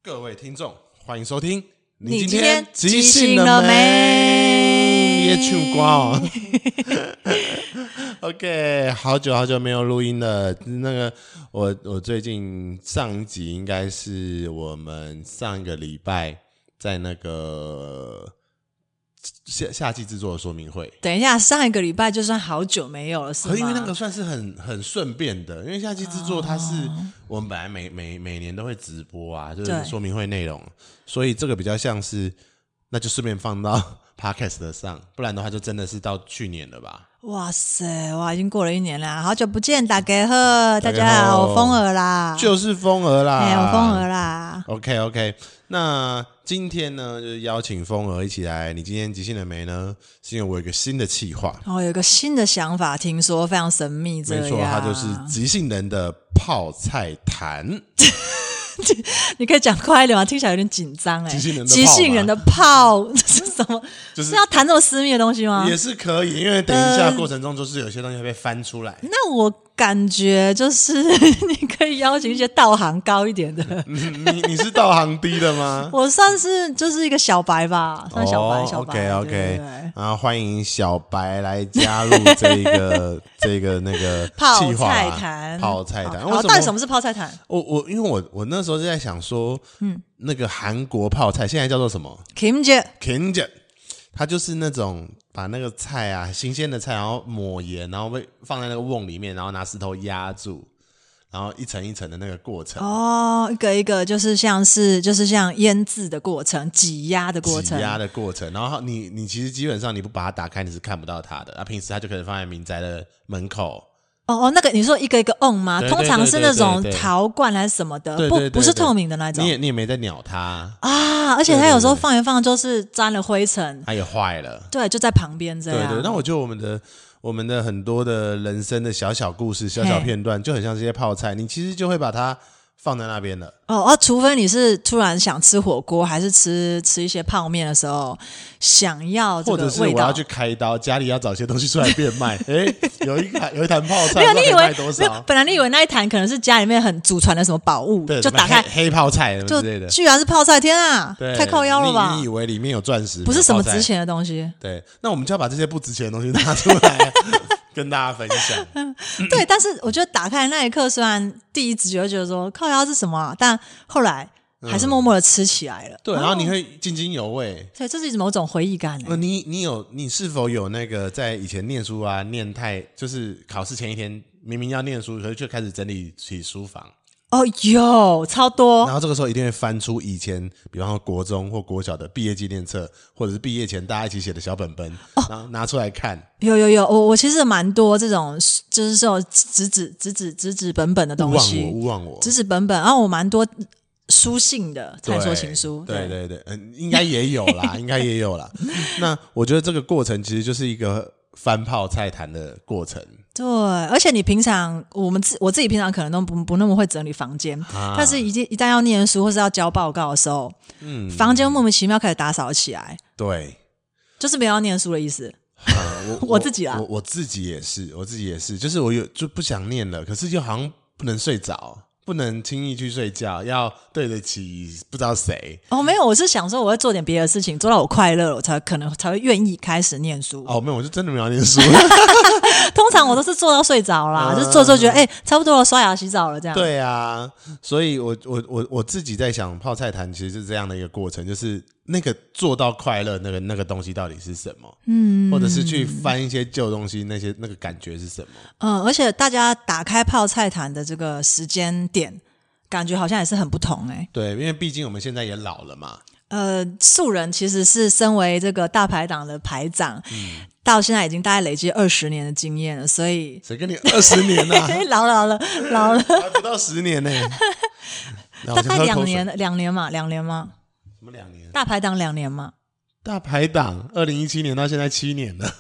各位听众，欢迎收听。 你今天即兴了没？ 也唱歌哦。OK， 好久没有录音了。那个，我最近上一集应该是我们上一个礼拜在那个夏季制作的说明会。 等一下，上一个礼拜就算好久没有了，是吗？ 因为那个算是很顺便的，因为夏季制作它是我们本来每年都会直播啊，就是说明会内容，所以这个比较像是那就顺便放到 Podcast 上，不然的话就真的是到去年了吧。 哇塞，哇，已经过了1年了，好久不见，大家好，大家好，我风儿啦， 就是风儿啦， 我风儿啦。 OK， 那今天呢，就是邀请风儿一起来。你今天即兴了没呢？是因为我有一个新的企划， 有一个新的想法，听说非常神秘，这样没错，它就是即兴人的泡菜坛。 你可以讲快一点吗？听起来有点紧张哎。 即兴人的泡这是什么？ 就是要谈这么私密的东西吗？ 也是可以，因为等一下过程中就是有些东西会被翻出来。 那我感觉就是你可以邀请一些道行高一点的。 你是道行低的吗？ 我算是就是一个小白吧，算小白。 OK， 然后欢迎小白来加入这个那个泡菜坛。 泡菜坛。 到底什么是泡菜坛？ 因为我那时候就在想说，那个韩国泡菜现在叫做什么 ？Kimchi，它就是那种把那个菜啊，新鲜的菜，然后抹盐，然后被放在那个瓮里面，然后拿石头压住，然后一层一层的那个过程。 一个一个就是像腌制的过程，挤压的过程。 然后你其实基本上你不把它打开，你是看不到它的。平时它就可能放在民宅的门口。 那个你说一个一个吗？ 对， 通常是那种陶罐还是什么的，不是透明的那种。 你也没在鸟它啊，而且它有时候放一放就是沾了灰尘， 它也坏了。 对，就在旁边这样。 对，那我觉得我们的很多的人生的小小故事、小小片段，就很像这些泡菜，你其实就会把它放在那边了。 除非你是突然想吃火锅，还是吃一些泡面的时候，想要这个味道， 或者是我要去开刀，家里要找些东西出来变卖。有一坛泡菜， 没有，你以为多少？ 本来你以为那一坛可能是家里面很祖传的什么宝物，就打开黑泡菜之类的， 居然是泡菜！天啊，太靠腰了吧？ 你以为里面有钻石， 不是什么值钱的东西？ 对，那我们就要把这些不值钱的东西拿出来。跟大家分享。 对，但是我觉得打开那一刻，虽然第一直觉会觉得说靠腰是什么啊，但后来还是默默的吃起来了。 对，然后你会津津有味。 对，这是某种回忆感。 你是否有那个在以前念书啊，就是考试前一天明明要念书，可是却开始整理起书房？ 有超多。 然后这个时候一定会翻出以前，比方说国中或国小的毕业纪念册，或者是毕业前大家一起写的小本本，然后拿出来看。 有，我其实蛮多这种，就是说纸本的东西。 勿忘我， 纸本，然后我蛮多书信的探索情书。 对，应该也有啦，应该也有啦。那我觉得这个过程其实就是一个翻泡菜坛的过程。 对，而且你平常我自己平常可能都不那么会整理房间，但是一旦要念书或是要交报告的时候，房间莫名其妙开始打扫起来。 对， 就是没有要念书的意思。我自己啦， 我自己也是，就是我就不想念了，可是又好像不能睡着。不能轻易去睡觉，要对得起不知道谁。 没有，我是想说我会做点别的事情，做到我快乐了，我才会愿意开始念书。 没有，我就真的没有念书。 通常我都是做到睡着啦，就是做觉得差不多了，刷牙洗澡了这样。 对啊，所以我自己在想，泡菜坛其实是这样的一个过程，就是那个做到快乐那个东西到底是什么？或者是去翻一些旧东西，那个感觉是什么？ 而且大家打开泡菜坛的这个时间点，感觉好像也是很不同对，因为毕竟我们现在也老了嘛。 素人其实是身为这个大排档的排长，到现在已经大概累积20年的经验了，所以谁跟你20年啊？ 老了， 还不到10年呢。 大概2年嘛，2年吗？ 什么2年？ 大排档2年嘛？ 大排档2017年到现在7年了。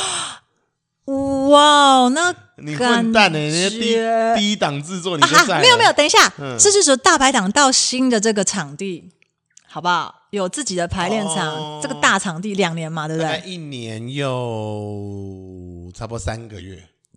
哇，那你混蛋欸！人家第一档制作你就在没有，等一下，这就是说大排档到新的这个场地，好不好？有自己的排练场，这个大场地2年嘛，对不对？ 大概1年又差不多3个月。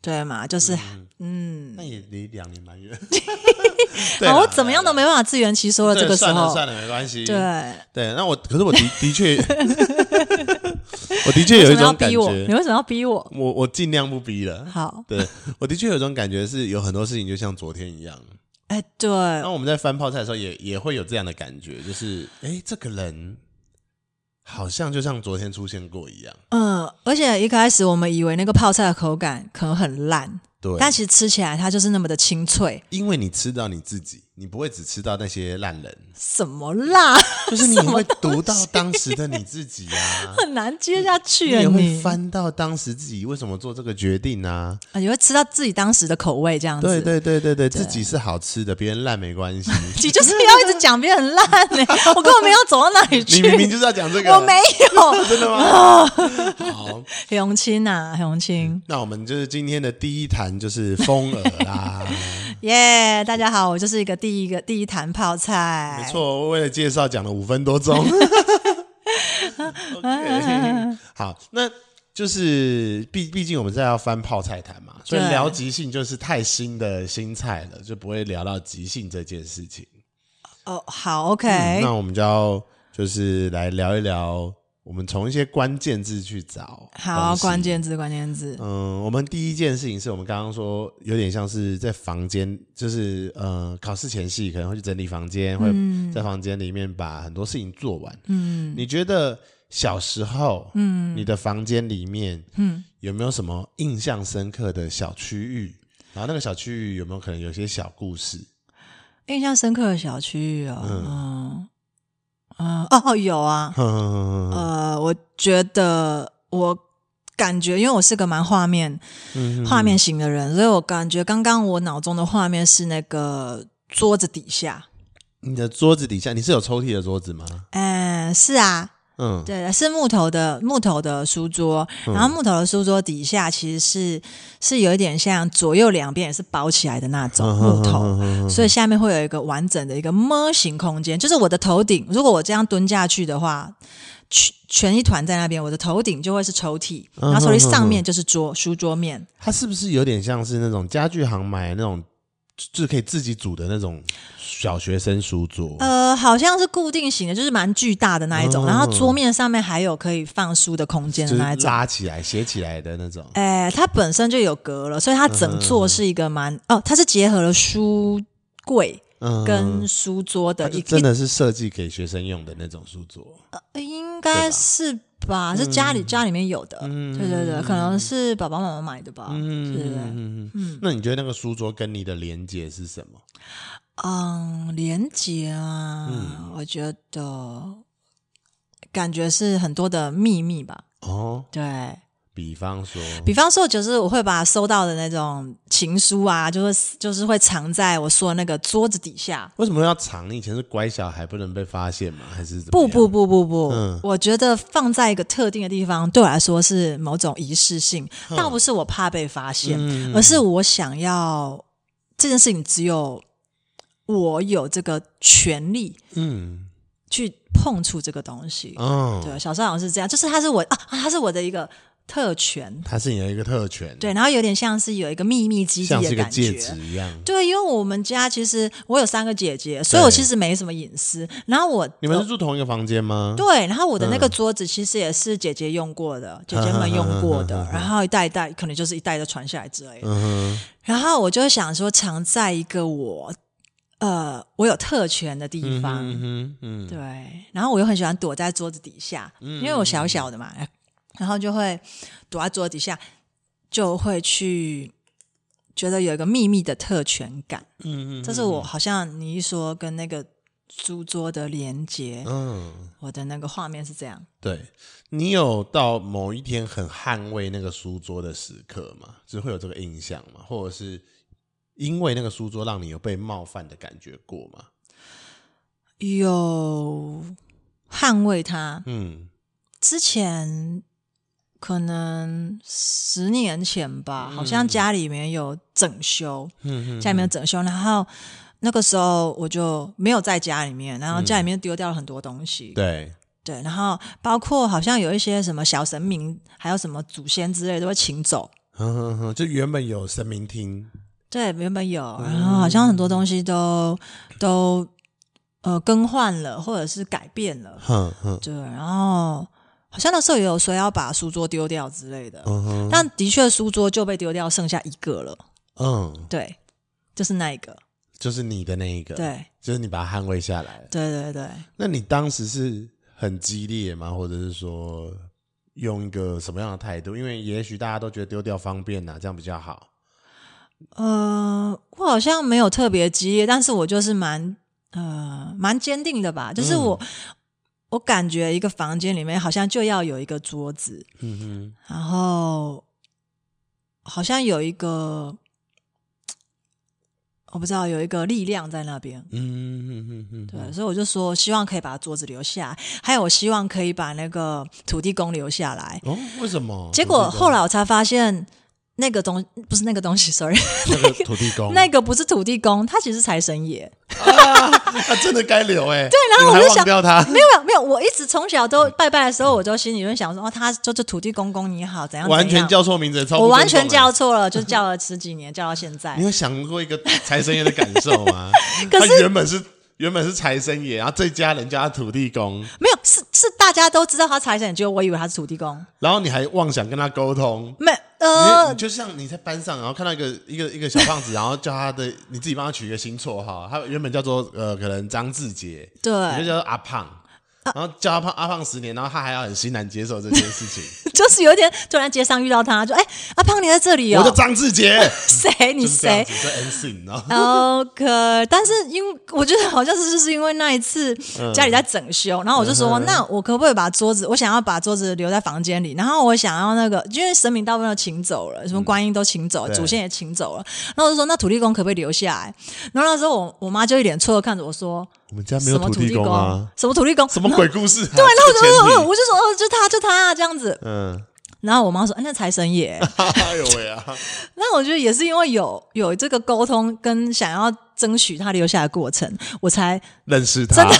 对嘛，就是那也离2年蛮远。 我怎么样都没办法自圆其说了，这个时候算了，没关系。 对， 那可是我的确，我的确有一种感觉。 你为什么要逼我？ 我尽量不逼了。 好， 对，我的确有一种感觉，是有很多事情就像昨天一样。 对。 那我们在翻泡菜的时候也会有这样的感觉，就是这个人好像就像昨天出现过一样。 而且一开始我们以为那个泡菜的口感可能很烂， 对， 但其实吃起来它就是那么的清脆。 因为你吃到你自己，你不会只吃到那些烂人。 什么啦？ 就是你会读到当时的你自己啊， 很难接下去啊！ 你也会翻到当时自己为什么做这个决定啊？ 你会吃到自己当时的口味这样子。 对，自己是好吃的，别人烂没关系。 你就是要一直讲别人烂呢，我根本没有走到哪里去。 你明明就是要讲这个， 我没有。 真的吗？好， 永清啊，永清。 那我们就是今天的第一坛就是风耳啦。 耶，大家好，我就是一个第一坛泡菜。 没错，为了介绍讲了5分多钟。okay, 好，那就是毕竟我们在要翻泡菜坛嘛，所以聊即兴就是太新的新菜了，就不会聊到即兴这件事情。 好 ，OK， 那我们就是来聊一聊。我们从一些关键字去找。 好，关键字。 我们第一件事情是我们刚刚说，有点像是在房间，就是考试前夕可能会去整理房间，会在房间里面把很多事情做完。你觉得小时候，你的房间里面，有没有什么印象深刻的小区域？然后那个小区域有没有可能有些小故事？ 印象深刻的小区域有啊，我觉得我感觉，因为我是个蛮画面型的人，所以我感觉刚刚我脑中的画面是那个桌子底下。 你的桌子底下，你是有抽屉的桌子吗？ 是啊。对，是木头的书桌，然后木头的书桌底下其实是有一点像左右两边也是包起来的那种木头，所以下面会有一个完整的一个模型空间，就是我的头顶，如果我这样蹲下去的话，全一团在那边，我的头顶就会是抽屉，然后抽屉上面就是书桌面。 它是不是有点像是那种家具行买那种就是可以自己组的那种小学生书桌？ 好像是固定型的，就是蛮巨大的那一种，然后桌面上面还有可以放书的空间的那一种， 就是拉起来写起来的那种。 它本身就有格了，所以它整座是一个它是结合了书柜跟书桌的一个， 真的是设计给学生用的那种书桌。 应该是吧，是家里面有的。对，可能是爸爸妈妈买的吧。 那你觉得那个书桌跟你的连结是什么？ 连结啊，我觉得感觉是很多的秘密吧。对。 比方说，就是我会把收到的那种情书啊，就是会藏在我说的那个桌子底下。 为什么要藏？你以前是乖小孩，不能被发现吗？还是怎么样？ 不，我觉得放在一个特定的地方，对我来说是某种仪式性，倒不是我怕被发现，而是我想要这件事情只有我有这个权利，去碰触这个东西。对，小时候好像是这样，就是它是我的一个特权， 它是你的一个特权。 对，然后有点像是有一个秘密基地的感觉， 像是一个戒指一样。 对，因为我们家其实我有3个姐姐，所以我其实没什么隐私。然后你们是住同一个房间吗？ 对，然后我的那个桌子其实也是姐姐用过的，姐姐们用过的，然后一代一代可能就是一代的传下来之类的。然后我就想说，藏在一个我有特权的地方。对，然后我又很喜欢躲在桌子底下，因为我小小的嘛。然后就会躲在桌底下，就会去觉得有一个秘密的特权感。这是我好像你一说跟那个书桌的连结，我的那个画面是这样。 对，你有到某一天很捍卫那个书桌的时刻吗？就是会有这个印象吗？或者是因为那个书桌让你有被冒犯的感觉过吗？ 有捍卫它。之前可能10年前吧，好像家里面有整修，家里面有整修，然后那个时候我就没有在家里面，然后家里面丢掉了很多东西。对，然后包括好像有一些什么小神明，还有什么祖先之类都会请走。 就原本有神明厅， 对，原本有，然后好像很多东西都更换了，或者是改变了，对，然后好像那时候也有说要把书桌丢掉之类的，但的确书桌就被丢掉，剩下一个了，对，就是那一个，就是你的那一个， 对， 就是你把它捍卫下来， 对对对。 那你当时是很激烈吗？或者是说用一个什么样的态度？因为也许大家都觉得丢掉方便啊，这样比较好。 我好像没有特别激烈，但是我就是蛮坚定的吧。就是我感觉一个房间里面好像就要有一个桌子，然后好像有一个我不知道有一个力量在那边，对，所以我就说希望可以把桌子留下来，还有我希望可以把那个土地公留下来。 为什么？ 结果后来我才发现。那个不是那个东西 ，sorry， 那个土地公， 那个不是土地公，他其实是财神爷他真的该留对， 然后我就想， 掉他， 没有，我一直从小都拜拜的时候，我就心里就想说，他就是土地公公你好，怎样， 完全叫错名字， 我完全叫错了，就叫了10几年，叫到现在。 你有想过一个财神爷的感受吗？ 可是他原本是财神爷，然后这家人叫他土地公， 没有，是大家都知道他财神爷，结果我以为他是土地公， 然后你还妄想跟他沟通，你就像你在班上，然后看到一个小胖子，然后叫他的，你自己帮他取一个新绰号，他原本叫做可能张志杰， 对， 你就叫做阿胖。然后叫阿胖10年，然后他还要很欣然接受这件事情， 就是有点突然街上遇到他，就阿胖你在这里我叫张志杰， 谁？你谁？ 这 NC 然后 OK， 但是因为我觉得好像是就是因为那一次家里在整修，然后我就说，那我可不可以把桌子，我想要把桌子留在房间里，然后我想要那个，因为神明大部分都请走了，什么观音都请走了，祖先也请走了，然后我就说那土地公可不可以留下来？然后那时候我妈就一脸错愕看着我说。 我们家没有土地公啊！ 什么土地公？ 什么鬼故事？ 对，然后我就说就他这样子。然后我妈说：“那财神爷。” 哎呦喂啊！ 那我觉得也是因为有这个沟通跟想要争取他留下的过程，我才认识他。 真的。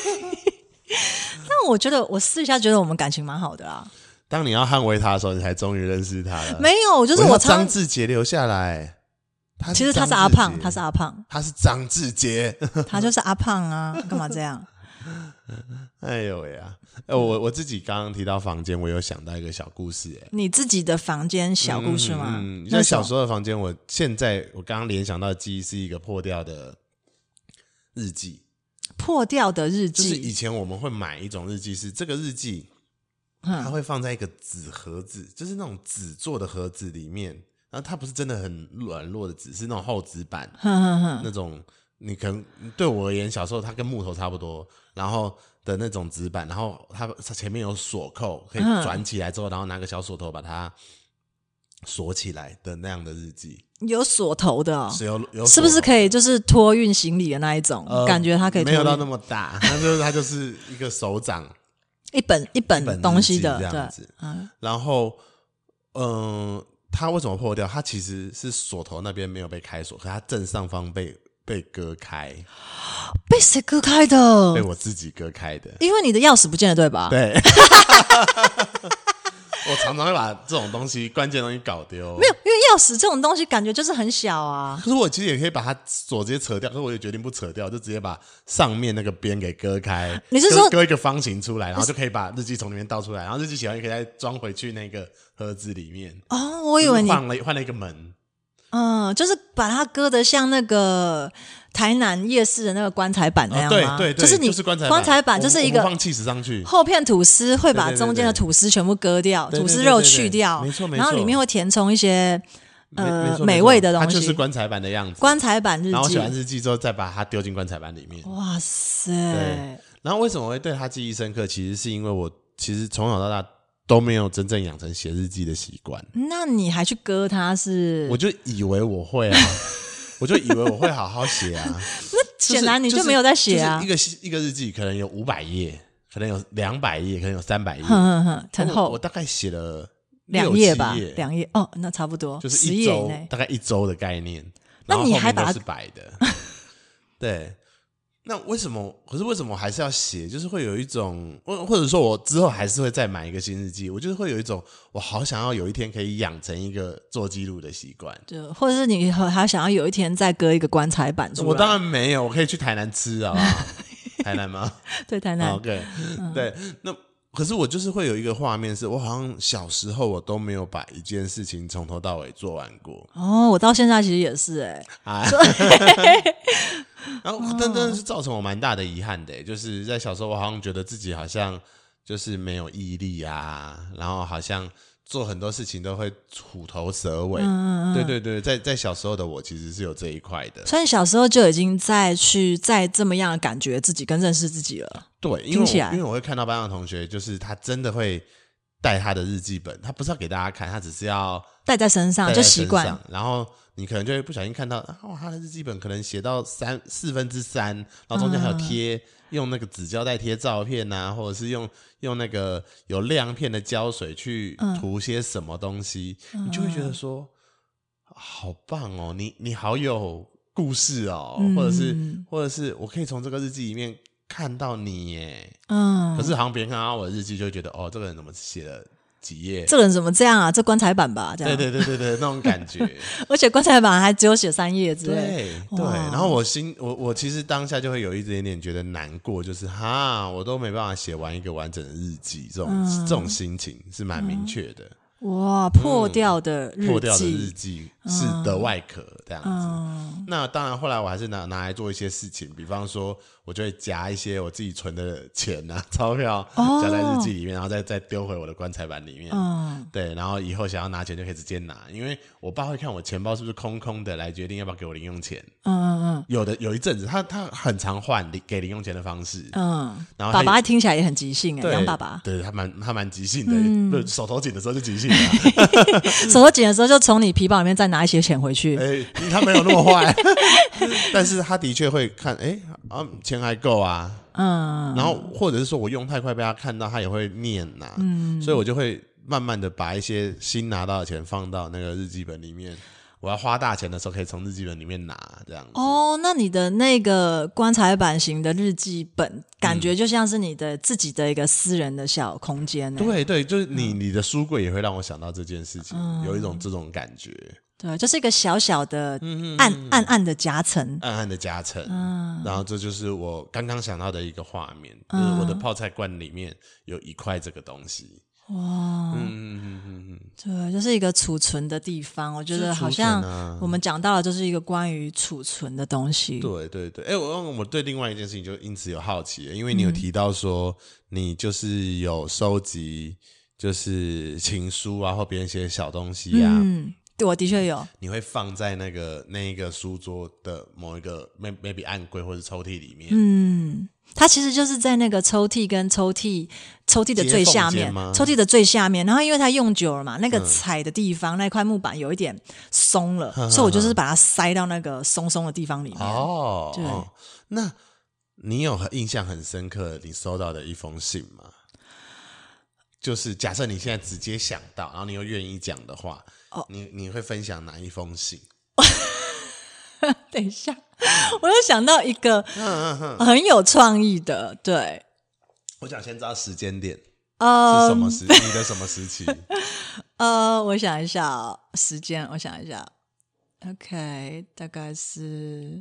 但我觉得我私底下觉得我们感情蛮好的啦。 当你要捍卫他的时候，你才终于认识他了。 没有，就是我张志杰留下来。 其实他是阿胖，他是张志杰， 他就是阿胖啊！干嘛这样？ 哎呦喂啊！我自己刚刚提到房间，我有想到一个小故事。 你自己的房间小故事吗？ 像小时候的房间，我刚刚联想到的记忆是一个破掉的日记。 破掉的日记， 就是以前我们会买一种日记，是这个日记，它会放在一个纸盒子，就是那种纸做的盒子里面。然后它不是真的很软弱的纸，是那种厚纸板，那种你可能对我而言，小时候它跟木头差不多，然后的那种纸板，然后它前面有锁扣，可以转起来之后，然后拿个小锁头把它锁起来的那样的日记。 有锁头的哦， 是不是可以就是托运行李的那一种？感觉它可以托运， 没有到那么大，它就是一个手掌一本东西的这样子。然后它为什么破掉？它其实是锁头那边没有被开锁，可它正上方被割开。 被谁割开的？ 被我自己割开的。 因为你的钥匙不见了，对吧？ 对。我常常会把这种东西关键东西搞丢。 没有，因为钥匙这种东西感觉就是很小啊。 可是我其实也可以把它锁直接扯掉，可是我也决定不扯掉，就直接把上面那个边给割开。 你是说割一个方形出来，然后就可以把日记从里面倒出来，然后日记写完也可以再装回去那个盒子里面。 哦，我以为你换了一个门。 就是把它割得像那个台南夜市的那个棺材板那样吗？ 对， 就是你棺材板就是一个放气死上去， 厚片吐司会把中间的吐司全部割掉，吐司肉去掉， 没错， 然后里面会填充一些美味的东西， 它就是棺材板的样子。 棺材板日记， 然后写完日记之后再把它丢进棺材板里面。 哇塞！ 对，然后为什么会对他记忆深刻？其实是因为我其实从小到大都没有真正养成写日记的习惯。 那你还去割它是？ 我就以为我会啊，我就以为我会好好写啊。 那显然你就没有在写啊。 一个日记可能有500页，可能有200页，可能有300页， 很厚。 我大概写了 2页吧，2页哦，那差不多， 就是一周，大概1周的概念。 那你还把它是白的，对。 那为什么？可是为什么还是要写？就是会有一种，或者说我之后还是会再买一个新日记。我就是会有一种，我好想要有一天可以养成一个做记录的习惯。 对，或者是你还想要有一天再割一个棺材板出来？ 我当然没有，我可以去台南吃啊。台南吗？ 对，台南。 OK，对，那可是我就是会有一个画面，是我好像小时候我都没有把一件事情从头到尾做完过。 哦，我到现在其实也是然后真的是造成我蛮大的遗憾的，就是在小时候我好像觉得自己好像就是没有毅力啊，然后好像做很多事情都会虎头蛇尾。对对对，在小时候的我其实是有这一块的， 所以小时候就已经在这么样的感觉自己跟认识自己了。 对，因为我会看到班上的同学，就是他真的会带他的日记本，他不是要给大家看，他只是要带在身上，就习惯。 然后你可能就会不小心看到，他的日记本可能写到3/4，然后中间还有贴用那个纸胶带贴照片啊，或者是用那个有亮片的胶水去涂些什么东西，你就会觉得说好棒哦，你好有故事哦，或者是我可以从这个日记里面看到你耶。可是好像别人看到我的日记就会觉得这个人怎么写了几页， 这个人怎么这样啊？这棺材板吧，这样。 对那种感觉。 而且棺材板还只有写3页之类。 对，然后我其实当下就会有一点点觉得难过，就是我都没办法写完一个完整的日记，这种心情是蛮明确的。 哇，破掉的日记是的外壳这样子。那当然后来我还是拿来做一些事情，比方说我就会夹一些我自己存的钱啊钞票夹在日记里面，然后再丢回我的棺材板里面。对，然后以后想要拿钱就可以直接拿，因为我爸会看我钱包是不是空空的来决定要不要给我零用钱。有一阵子他很常换给零用钱的方式。然后爸爸听起来也很即兴对， 杨爸爸。 对，他蛮即兴的，手头紧的时候就即兴了。 手头紧的时候就从你皮包里面再拿一些钱回去。 他没有那么坏。但是他的确会看，钱还够啊。然后或者是说我用太快被他看到，他也会念啊。所以我就会慢慢的把一些新拿到的钱放到那个日记本里面，我要花大钱的时候可以从日记本里面拿，这样子。 那你的那个棺材板型的日记本感觉就像是你的自己的一个私人的小空间。 对，就是你的书柜也会让我想到这件事情。有一种这种感觉。 对，就是一个小小的暗的夹层， 暗的夹层。然后这就是我刚刚想到的一个画面，就是我的泡菜罐里面有一块这个东西。哇， 对，就是一个储存的地方。我觉得好像我们讲到的就是一个关于储存的东西。 对，我对另外一件事情就因此有好奇，因为你有提到说你就是有收集就是情书啊，或别人写的小东西啊。 对，我的确有。 你会放在那一个书桌的某一个 maybe 暗柜或者抽屉里面。 它其实就是在那个抽屉跟抽屉的最下面，抽屉的最下面。然后因为它用久了嘛，那个踩的地方那块木板有一点松了，所以我就是把它塞到那个松松的地方里面。对。 那你有印象很深刻你收到的一封信吗？就是假设你现在直接想到，然后你又愿意讲的话，你会分享哪一封信？ 等一下，我又想到一个很有创意的。对， 我想先知道时间点是什么时，你的什么时期？ 我想一下时间，我想一下 ，OK， 大概是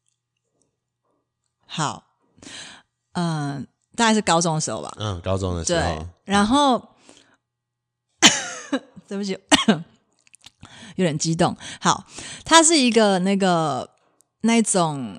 好，大概是高中的时候吧。 高中的时候。 对，然后对不起。有点激动。好，它是一个那种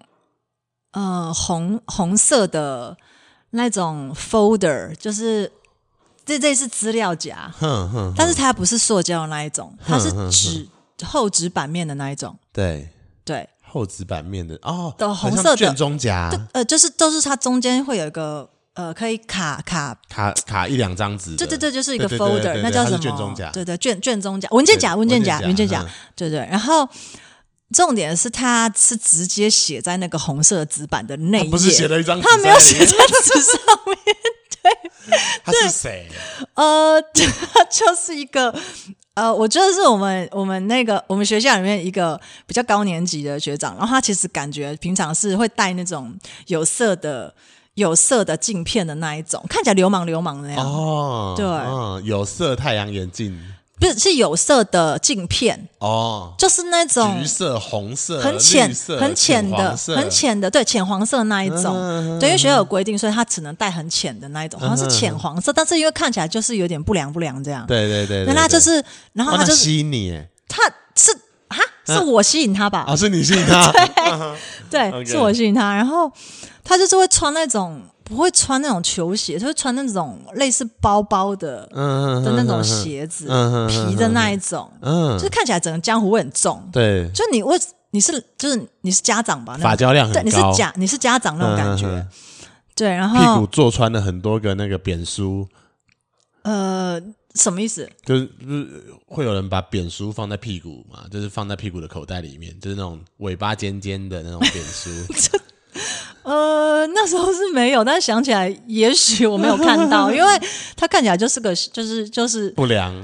红色的那种 folder， 就是这是资料夹，但是它不是塑胶的那一种，它是厚纸板面的那一种。 对，厚纸板面的的红色的卷宗夹。 就是都是它中间会有一个可以卡 1-2张纸。 对，就是一个 folder， 那叫什么？ 卷宗夹。 对，卷宗夹，文件夹。对。然后重点是它是直接写在那个红色纸板的内页， 不是写了一张纸， 他没有写在纸上面。对， 他是谁？ 他就是一个我觉得是我们学校里面一个比较高年级的学长，然后他其实感觉平常是会戴那种有色的镜片的那一种，看起来流氓那样。 哦， 对， 有色太阳眼镜。 不是，是有色的镜片哦， 就是那种橘色、红色、 很浅的，对，浅黄色那一种。对，因为学校有规定，所以它只能戴很浅的那一种，好像是浅黄色，但是因为看起来就是有点不良这样。 对。 那他就是，然后他就是吸引你， 他是我吸引他吧？ 是你吸引他？ 对，是我吸引他。然后他就是会穿那种。不会穿那种球鞋，他会穿那种类似包包的那种鞋子，皮的那一种，就是看起来整个江湖味很重。 对， 就你是家长吧？ 发胶量很高， 对，你是家长那种感觉。对，然后屁股坐穿了很多个那个扁书。 什么意思？ 就是会有人把扁书放在屁股嘛，就是放在屁股的口袋里面，就是那种尾巴尖尖的那种扁书。 那时候是没有，但是想起来，也许我没有看到，因为他看起来就是个就是不良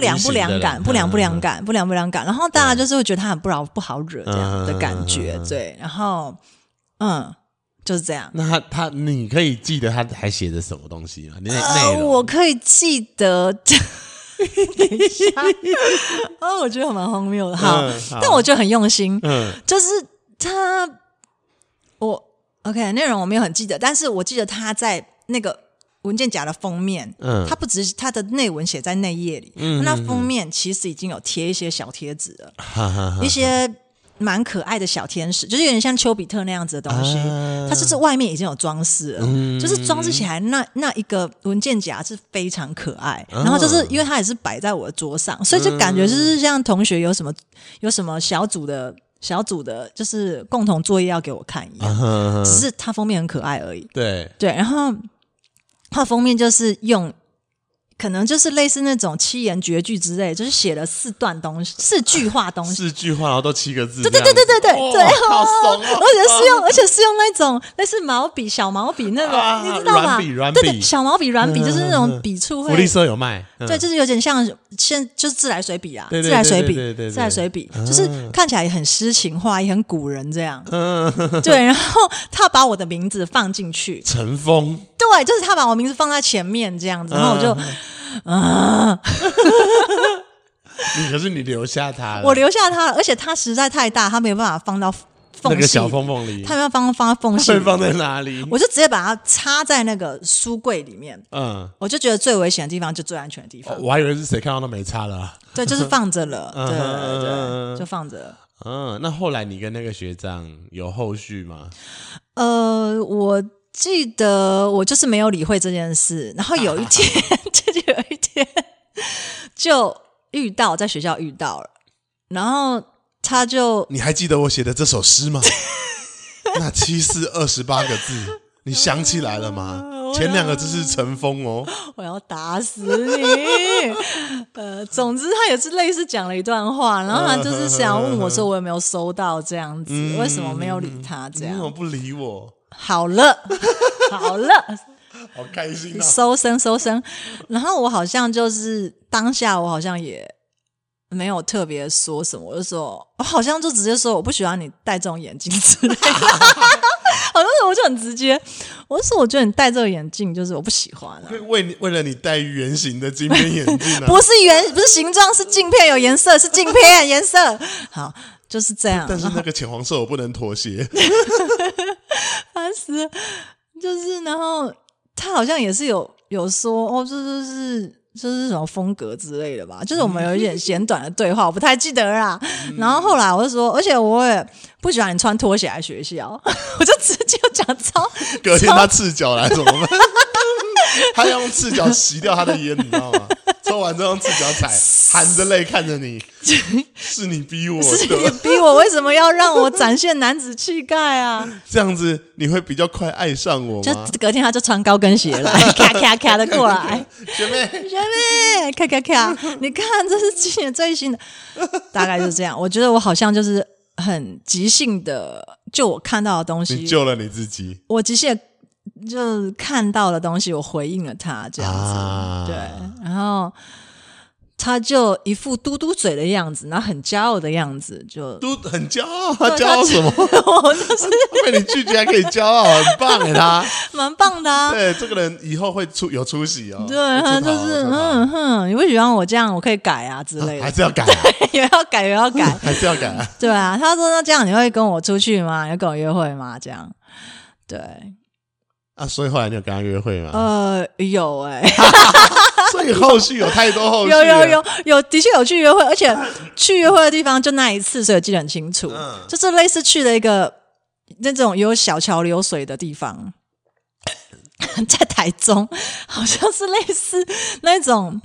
感，然后大家就是会觉得他很不好惹这样的感觉，对，然后就是这样。 那你可以记得他还写着什么东西吗？ 我可以记得。等一下，我觉得蛮荒谬的，好，但我觉得很用心，就是OK， 内容我没有很记得，但是我记得他在那个文件夹的封面，他不只是他的内文写在内页里，那封面其实已经有贴一些小贴纸了，一些蛮可爱的小天使，就是有点像丘比特那样子的东西，它就是外面已经有装饰了，就是装饰起来那一个文件夹是非常可爱，然后就是因为它也是摆在我的桌上，所以就感觉就是像同学有什么小组的就是共同作业要给我看一样，只是它封面很可爱而已。对，然后它封面就是可能就是类似那种七言绝句之类，就是写了4句话东西，4 句话，然后都7个字。 对， 好怂哦！ 而且是用那种类似小毛笔那种，你知道吗？ 软笔， 对，小毛笔软笔，就是那种笔触会。 福利社有卖， 对，就是有点像就是自来水笔啊，自来水笔，就是看起来也很诗情画意，很古人这样。对，然后他把我的名字放进去， 陈峰。 对，就是他把我名字放在前面这样子，然后我就可是你留下他了， 我留下他了，而且他实在太大，他没有办法放到缝隙， 那个小缝里， 他要放在缝隙， 会放在哪里？ 我就直接把它插在那个书柜里面。我就觉得最危险的地方就最安全的地方。 我还以为是谁看到都没插了。 对，就是放着了，对，就放着了。 那后来你跟那个学长有后续吗？ 我记得我就是没有理会这件事，然后有一天就在学校遇到了，然后他就， 你还记得我写的这首诗吗？那7×4=28个字，你想起来了吗？前2个字是陈峰哦， 我要打死你！总之他也是类似讲了一段话，然后他就是想问我说我有没有收到这样子，为什么没有理他这样？ 你怎么不理我？ 好了， 好开心啊！ 收声。然后我好像就是当下，我好像也没有特别说什么，我就说，我好像就直接说我不喜欢你戴这种眼镜之类的。好像我就很直接，我就说我觉得你戴这个眼镜就是我不喜欢啊。 为了你戴圆形的镜片眼镜啊？ 不是形状，是镜片有颜色，是镜片颜色。好。就是这样， 但是那个浅黄色我不能妥协， 烦死了。就是然后他好像也是有说这是什么风格之类的吧，就是我们有一点简短的对话，我不太记得啦。然后后来我就说，而且我也不喜欢你穿拖鞋来学校，我就直接讲隔天他赤脚来怎么办？他要用赤脚洗掉他的烟，你知道吗？抽完之后用赤脚踩，含着泪看着你，是你逼我的， 是你逼我，为什么要让我展现男子气概啊？ 这样子你会比较快爱上我吗？ 就隔天他就穿高跟鞋了，咔咔咔的过来，学妹，咔咔咔，你看这是今年最新的，大概就是这样。我觉得我好像就是很即兴的，就我看到的东西， 你救了你自己， 我即兴就看到的东西，我回应了他这样子，对，然后他就一副嘟嘟嘴的样子，然后很骄傲的样子，就很骄傲。他骄傲什么？ 我就是被你拒绝还可以骄傲，很棒哎，他蛮棒的啊。 对，这个人以后会有出息哦。 对，他就是你不喜欢我这样，我可以改啊之类的， 还是要改啊， 也要改，也要改， 还是要改啊。 对啊，他说那这样你会跟我出去吗？你会跟我约会吗？这样，对啊，所以后来你有跟他约会吗？ 有所以后续有太多后续有，的确有去约会，而且去约会的地方就那一次，所以我记得很清楚，就是类似去了一个那种有小桥流水的地方，在台中，好像是类似那种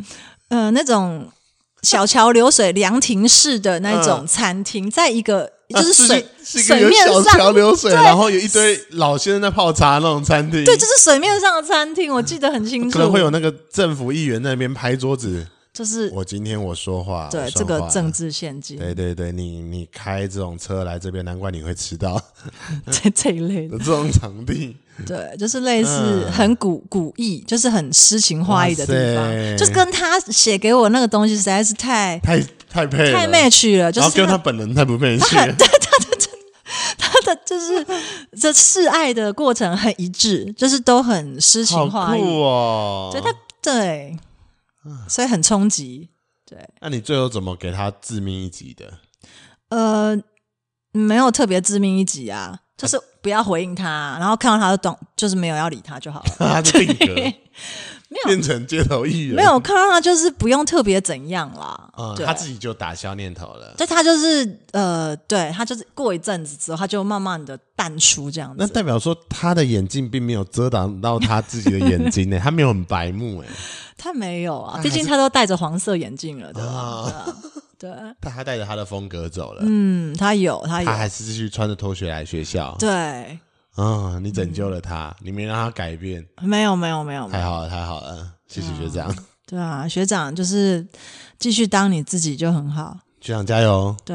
小桥流水凉亭式的那种餐厅，在一个就是水面上小桥流水，然后有一堆老先生在泡茶那种餐厅。 对，就是水面上的餐厅，我记得很清楚。 可能会有那个政府议员在那边拍桌子， 就是我今天我说话， 对这个政治献金。 对，你开这种车来这边，难怪你会迟到。 这一类的这种场地。 对，就是类似很古意，就是很诗情画意的地方，就是跟他写给我那个东西实在是太配了，太 match 了，就是然后跟他本人太不 match 了。 他的就是这示爱的过程很一致，就是都很诗情画意， 好酷哦。 对，所以很冲击。对， 那你最后怎么给他致命一击的？ 没有特别致命一击啊。就是不要回应他，然后看到他就就是没有要理他就好了。 他的定格没有变成街头艺人， 没有看到他就是不用特别怎样啦。 他自己就打消念头了。 对，他就是对他就是过一阵子之后，他就慢慢的淡出这样子。 那代表说他的眼镜并没有遮挡到他自己的眼睛呢，他没有很白目哎。 他没有啊，毕竟他都戴着黄色眼镜了，对吧？对， 他带着他的风格走了。 他有，他还是继续穿着拖鞋来学校。 对， 你拯救了他，你没让他改变。 没有， 太好了，谢谢学长。 对啊，学长就是继续当你自己就很好。 学长加油。 对，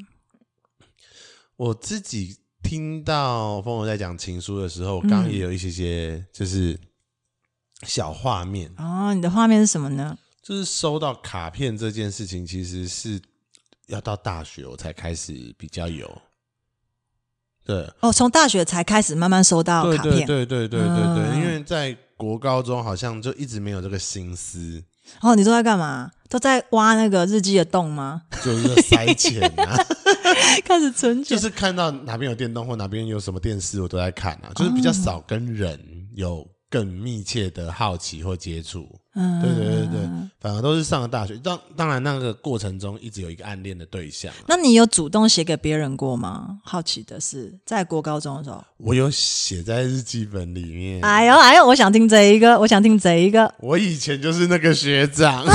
我自己听到风柔在讲情书的时候，刚刚也有一些就是小画面。 你的画面是什么呢？ 就是收到卡片这件事情，其实是要到大学我才开始比较有。对， 从大学才开始慢慢收到卡片。 对，因为在国高中好像就一直没有这个心思。 你都在干嘛？都在挖那个日记的洞吗？ 就是塞钱啊， 开始存钱。 就是看到哪边有电动或哪边有什么电视，我都在看啊。就是比较少跟人有更密切的好奇或接触。对，反而都是上了大学。当然那个过程中一直有一个暗恋的对象。 那你有主动写给别人过吗？好奇的是，在国高中的时候， 我有写在日记本里面。 哎呦，我想听这一个，我以前就是那个学长。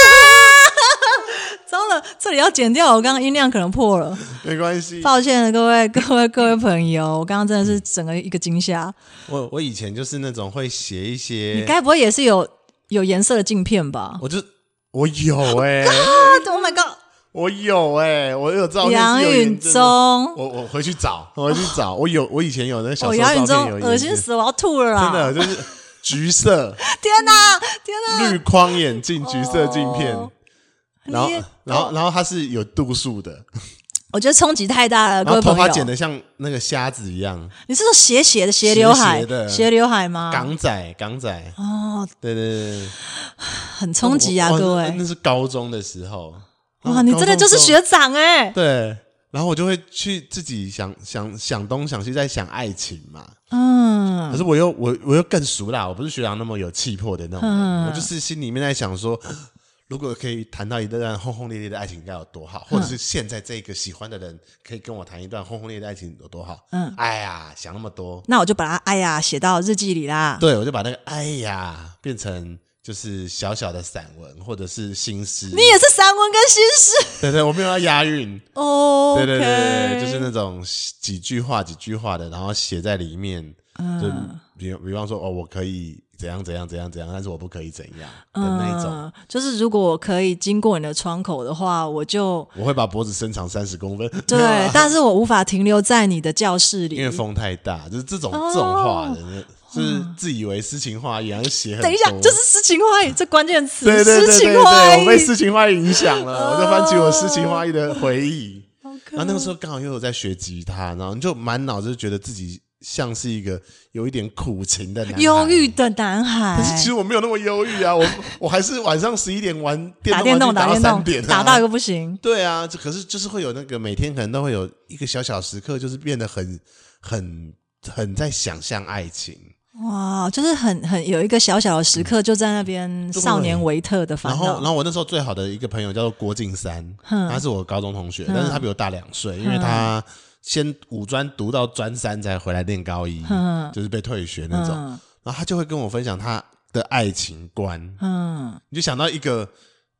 糟了，这里要剪掉，我刚刚音量可能破了。 没关系， 抱歉各位朋友，我刚刚真的是整个一个惊吓。 我以前就是那种会写一些， 你该不会也是有颜色的镜片吧？ 我有 Oh my god！ 我有我有照片。 杨允中， 我回去找。我以前有那小时候杨允中， 有恶心死，我要吐了啦！ 真的就是橘色， 天哪！ 绿框眼镜，橘色镜片。然后它是有度数的， 我觉得冲击太大了。 然后头发剪得像那个瞎子一样。 你是说斜的斜刘海？斜刘海吗？ 港仔。对， 很冲击啊，各位。 那是高中的时候。 哇，你真的就是学长哎。 对，然后我就会去自己想东想西，在想爱情嘛。可是我又更熟啦，我不是学长那么有气魄的那种人。我就是心里面在想说，如果可以谈到一段轰轰烈烈的爱情该有多好，或者是现在这个喜欢的人可以跟我谈一段轰轰烈烈的爱情有多好。哎呀，想那么多， 那我就把它哎呀写到日记里啦。 对，我就把那个哎呀变成就是小小的散文或者是新诗。 你也是散文跟新诗？ 对，我没有要押韵。对，就是那种几句话的，然后写在里面。就比方说我可以怎样，但是我不可以怎样的那一种。 就是如果我可以经过你的窗口的话，我会把脖子伸长30公分。 对，但是我无法停留在你的教室里， 因为风太大，就是这种话的。 就是自以为诗情画意，然后写很多。 等一下，这是诗情画意，这关键词。 对对对对对，我被诗情画意影响了，我就翻起我诗情画意的回忆。然后那个时候刚好又有在学吉他，然后你就满脑子就觉得自己像是一个有一点苦情的男孩， 忧郁的男孩。 但是其实我没有那么忧郁啊，我还是晚上11点玩打电动， 打到3点， 打到一个不行。 对啊，可是就是会有那个每天可能都会有一个小小时刻，就是变得很在想象爱情。 哇，就是很有一个小小的时刻，就在那边少年维特的烦恼。 然后我那时候最好的一个朋友叫做郭敬山，他是我高中同学，但是他比我大2岁，因为他先五专读到专3才回来念高1，就是被退学那种。然后他就会跟我分享他的爱情观，你就想到一个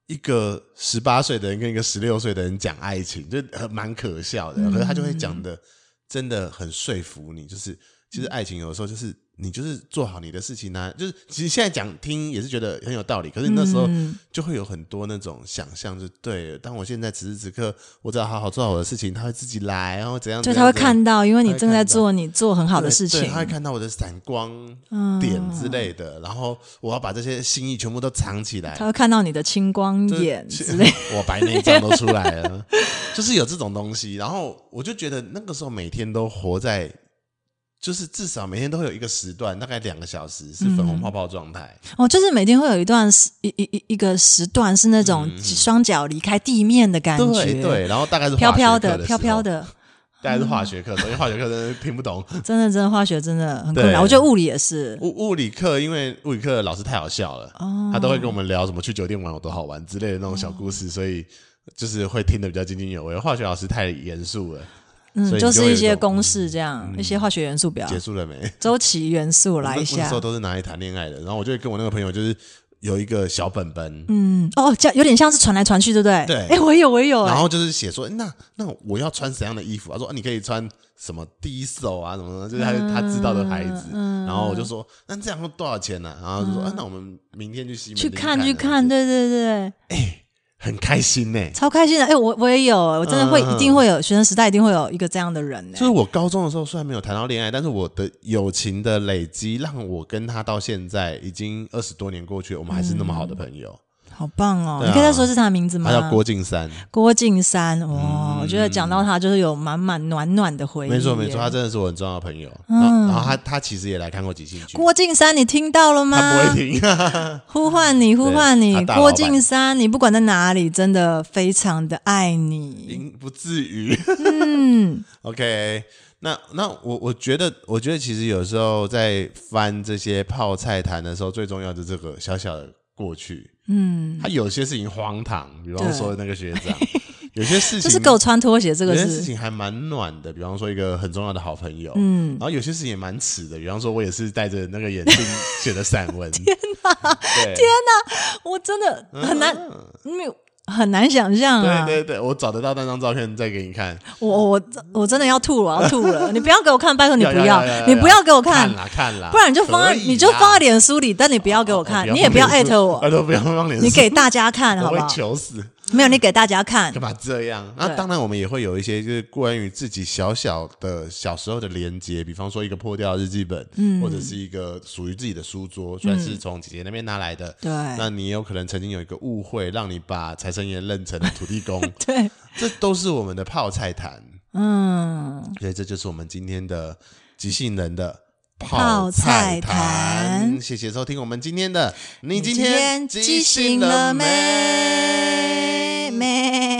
18岁的人跟一个16岁的人讲爱情，就蛮可笑的。可是他就会讲的真的很说服你，就是其实爱情有的时候就是你就是做好你的事情啊，就是其实现在讲听也是觉得很有道理，可是你那时候就会有很多那种想象，就对，当我现在此时此刻我只要好好做好我的事情，他会自己来，然后怎样， 就他会看到，因为你正在做你做很好的事情， 对，他会看到我的闪光点之类的，然后我要把这些心意全部都藏起来， 他会看到你的青光眼之类的， 我白内障都出来了，就是有这种东西，然后我就觉得那个时候每天都活在。就是至少每天都会有一个时段，大概2个小时是粉红泡泡状态。 就是每天会有一个时段是那种双脚离开地面的感觉， 对，然后大概是飘飘的， 大概是化学课，因为化学课真的听不懂， 真的化学真的很困难。我觉得物理也是， 物理课，因为物理课的老师太好笑了，他都会跟我们聊什么去酒店玩有多好玩之类的那种小故事，所以就是会听得比较津津有味。化学老师太严肃了。 就是一些公式这样，一些化学元素表。 结束了没？ 周期元素来一下。 那时候都是拿来谈恋爱的，然后我就跟我那个朋友就是有一个小本本， 有点像是传来传去，对不对？ 对， 我有。 然后就是写说，那我要穿怎样的衣服？他说你可以穿什么低手啊什么的，就是他知道的牌子。然后我就说，那这样多少钱呢？然后就说，那我们明天去西门町去看，对。 很开心呢， 超开心的！我也有，我真的一定会有学生时代一定会有一个这样的人呢。 就是我高中的时候虽然没有谈到恋爱，但是我的友情的累积让我跟他到现在已经20多年过去，我们还是那么好的朋友。 好棒哦！你可以再说是他的名字吗？ 他叫郭敬山。 郭敬山，我觉得讲到他就是有满满暖暖的回忆。 没错，他真的是我很重要的朋友。然后他其实也来看过即兴剧。 郭敬山，你听到了吗？ 他不会听。 呼唤你，郭敬山，你不管在哪里，真的非常的爱你。 不至于。OK， 那我觉得其实有时候在翻这些泡菜坛的时候，最重要的这个小小的过去。他有些事情荒唐，比方说那个学长，有些事情就是给我穿拖鞋，这个有些事情还蛮暖的，比方说一个很重要的好朋友，然后有些事情也蛮耻的，比方说我也是戴着那个眼镜写的散文。天哪，我真的很难，很难想象啊！ 对，我找得到那张照片再给你看。 我真的要吐了，我要吐了！你不要给我看，拜托你不要，你不要给我看啦， 不然你就放在脸书里，但你不要给我看，你也不要艾特我， 不要放脸书， 你给大家看好不好？ 我会求死。 没有，你给大家看， 干嘛这样？那当然，我们也会有一些就是关于自己小时候的连结，比方说一个破掉的日记本，或者是一个属于自己的书桌，虽然是从姐姐那边拿来的， 对， 那你也有可能曾经有一个误会，让你把财神爷认成了土地公， 对， 这都是我们的泡菜坛，所以这就是我们今天的即兴人的泡菜坛。谢谢收听我们今天的，你今天即兴了没？